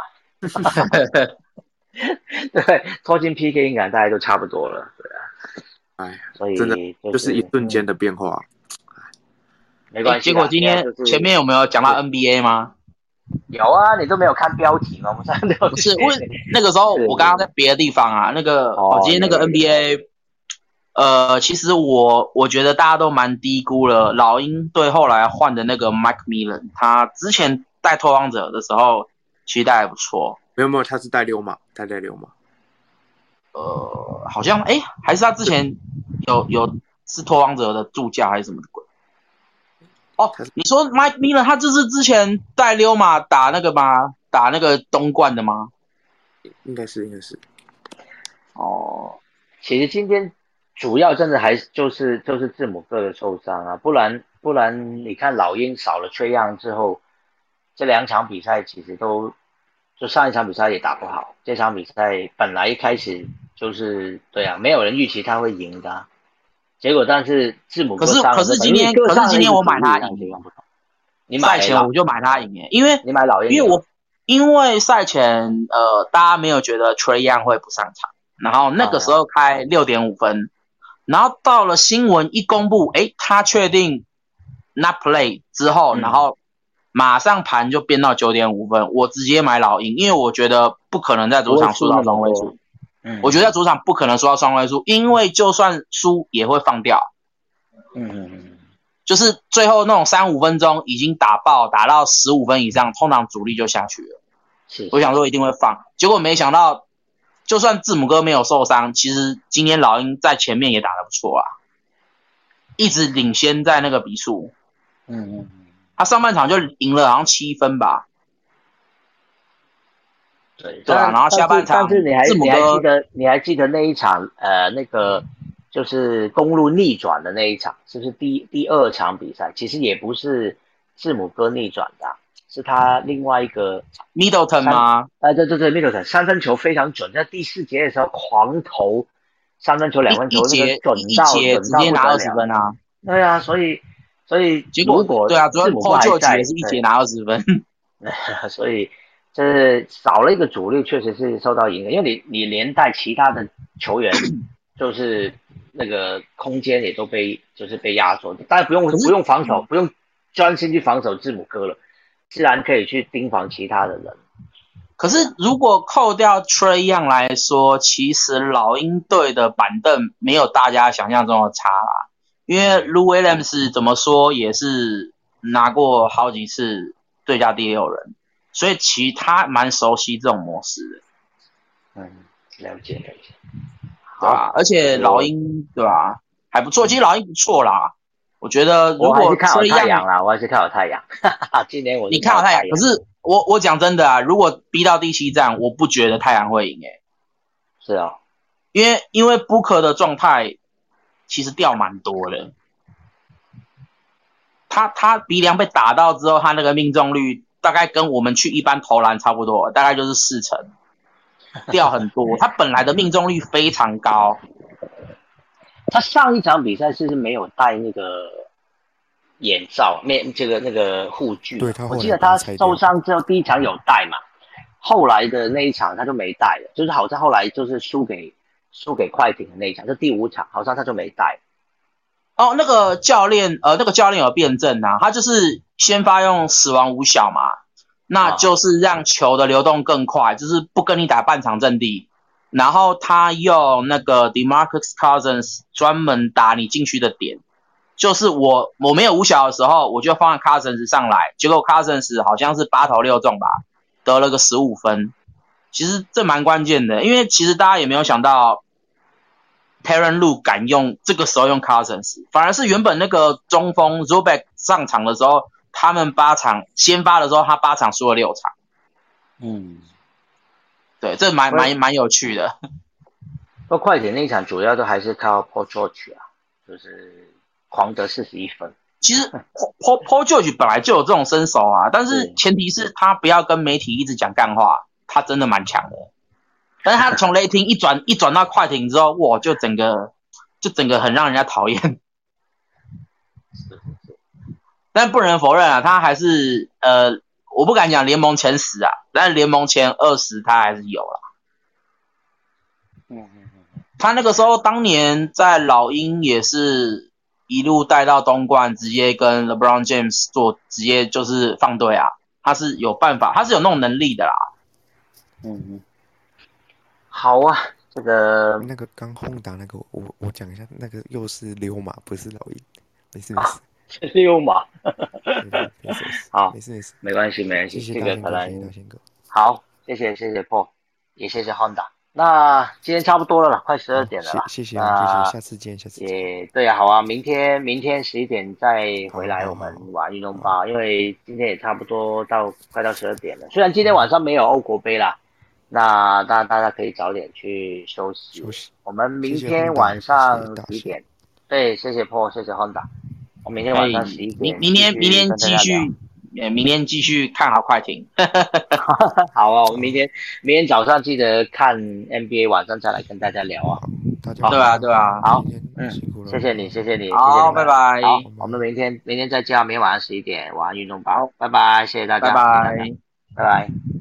对，拖进 PK 应该大概都差不多了，对啊。所以真的就是一瞬间的变化。 没关系。 结果今天前面有没有讲到 NBA 吗？ 有啊，你都没有看标题吗？我们上标题。 不是，因为那个时候我刚刚在别的地方啊，今天那个 NBA，其实我觉得大家都蛮低估了老鹰队后来换的那个 Mike Miller， 他之前带拓荒者的时候其实带还不错。 没有，他是带6码， 好像还是他之前有是拓荒者的助教还是什么的鬼？你说 Mike Miller 他就是之前带溜马打那个吗？ 打那个东冠的吗？ 应该是。 哦， 其实今天主要真的还就是字母哥的受伤啊，不然你看老鹰少了缺样之后，这2场比赛其实就上一场比赛也打不好，这场比赛本来一开始就是对啊，没有人预期他会赢的啊，结果但是字母哥上了， 可是今天我买他赢， 你买赛前我就买他赢耶，因为你买老鹰， 因为赛前大家没有觉得 Trae Young 会不上场，然后那个时候开6.5分，然后到了新闻一公布，他确定 not play 之后，然后马上盘就变到9.5分，我直接买老鹰，因为我觉得不可能在主场输到双位数。我觉得在主场不可能输到双位数，因为就算输也会放掉。就是最后那种3-5分钟已经打爆，打到15分以上，通常主力就下去了。我想说一定会放，结果没想到，就算字母哥没有受伤，其实今天老鹰在前面也打得不错啊，一直领先在那个比数。他上半场就赢了好像7分吧。对啊，然后下半场， 但是你还记得那一场那个就是公路逆转的那一场，是不是第2场比赛？其实也不是字母哥逆转的，是他另外一个 Middleton 吗？ 对 Middleton 3分球非常准，在第4节的时候狂投3分球2分球， 一节直接拿20分啊！ 对啊，所以结果如果对啊，主要 Paul George 也是一节拿20分， 所以这少了一个主力，确实是受到影响，因为你连带其他的球员就是那个空间也都被压缩，当然不用防守，不用专心去防守字母哥了，自然可以去盯防其他的人。 可是如果扣掉 Trae Young 来说，其实老鹰队的板凳没有大家想象中的差啦，因为 Lou Williams 怎么说也是拿过好几次最佳第6人，所以其实他蛮熟悉这种模式的。 了解。 对吧？而且老鹰对吧还不错，其实老鹰不错啦。我觉得如果我还是看好太阳啦，我还是看好太阳。今年你看好太阳，可是我讲真的啊，如果逼到第7战，我不觉得太阳会赢是啊， 因为 Booker 的状态其实掉蛮多的。他鼻梁被打到之后，他那个命中率大概跟我们去一般投篮差不多，大概就是40%，掉很多。他本来的命中率非常高。 他上一场比赛是没有戴那个眼罩，那个护具。 对， 我记得他受伤之后第1场有戴嘛，后来的那一场他就没戴了，就是好像后来就是输给快艇的那一场，就第5场好像他就没戴。 那个教练有辩证啊，他就是先发用死亡五小嘛，那就是让球的流动更快，就是不跟你打半场阵地。然后他用那个 DeMarcus Cousins 专门打你禁区的点，就是我没有五小的时候，我就放 Cousins 上来，结果 Cousins 好像是8投6中吧，得了个15分。其实这蛮关键的，因为其实大家也没有想到 Tyronn Lue 敢用这个时候用 Cousins， 反而是原本那个中锋 Zubac 上场的时候，他们8场先发的时候，他8场输了6场。对，这蛮有趣的。 不过快艇那一场主要都还是靠 Paul George 啊，就是狂得41分。 其实 Paul George 本来就有这种身手啊，但是前提是他不要跟媒体一直讲干话，他真的蛮强的。但是他从雷霆一转到快艇之后，哇，就整个很让人家讨厌。但不能否认啊，他还是我不敢讲联盟前10啊，但是联盟前20他还是有啦。他那个时候当年在老鹰也是一路带到东冠，直接跟 LeBron James 做直接就是放队啊，他是有办法，他是有那种能力的啦。 好啊，这个那个刚轰打那个，我讲一下，那个又是溜马，不是老鹰，没事。 是溜马。好， 没事， 没关系。 谢谢大仙哥， 好，谢谢 Paul， 也谢谢 Honda。 那今天差不多了啦，快12点了啦。 谢谢，下次见。 对啊，好啊，明天11点再回来我们玩运动吧，因为今天也差不多快到12点了。虽然今天晚上没有欧国杯啦，那大家可以早点去休息。我们明天晚上11点，对，谢谢 Paul， 谢谢 Honda。我明天晚上11点， 明天继续看好快艇。 好啊，我们明天早上记得看 NBA， 晚上再来跟大家聊啊。 对啊。 好，谢谢你。 好，拜拜。 好，我们明天再见，明天晚上11点，晚安运动吧。拜拜，谢谢大家， 拜拜。 拜拜。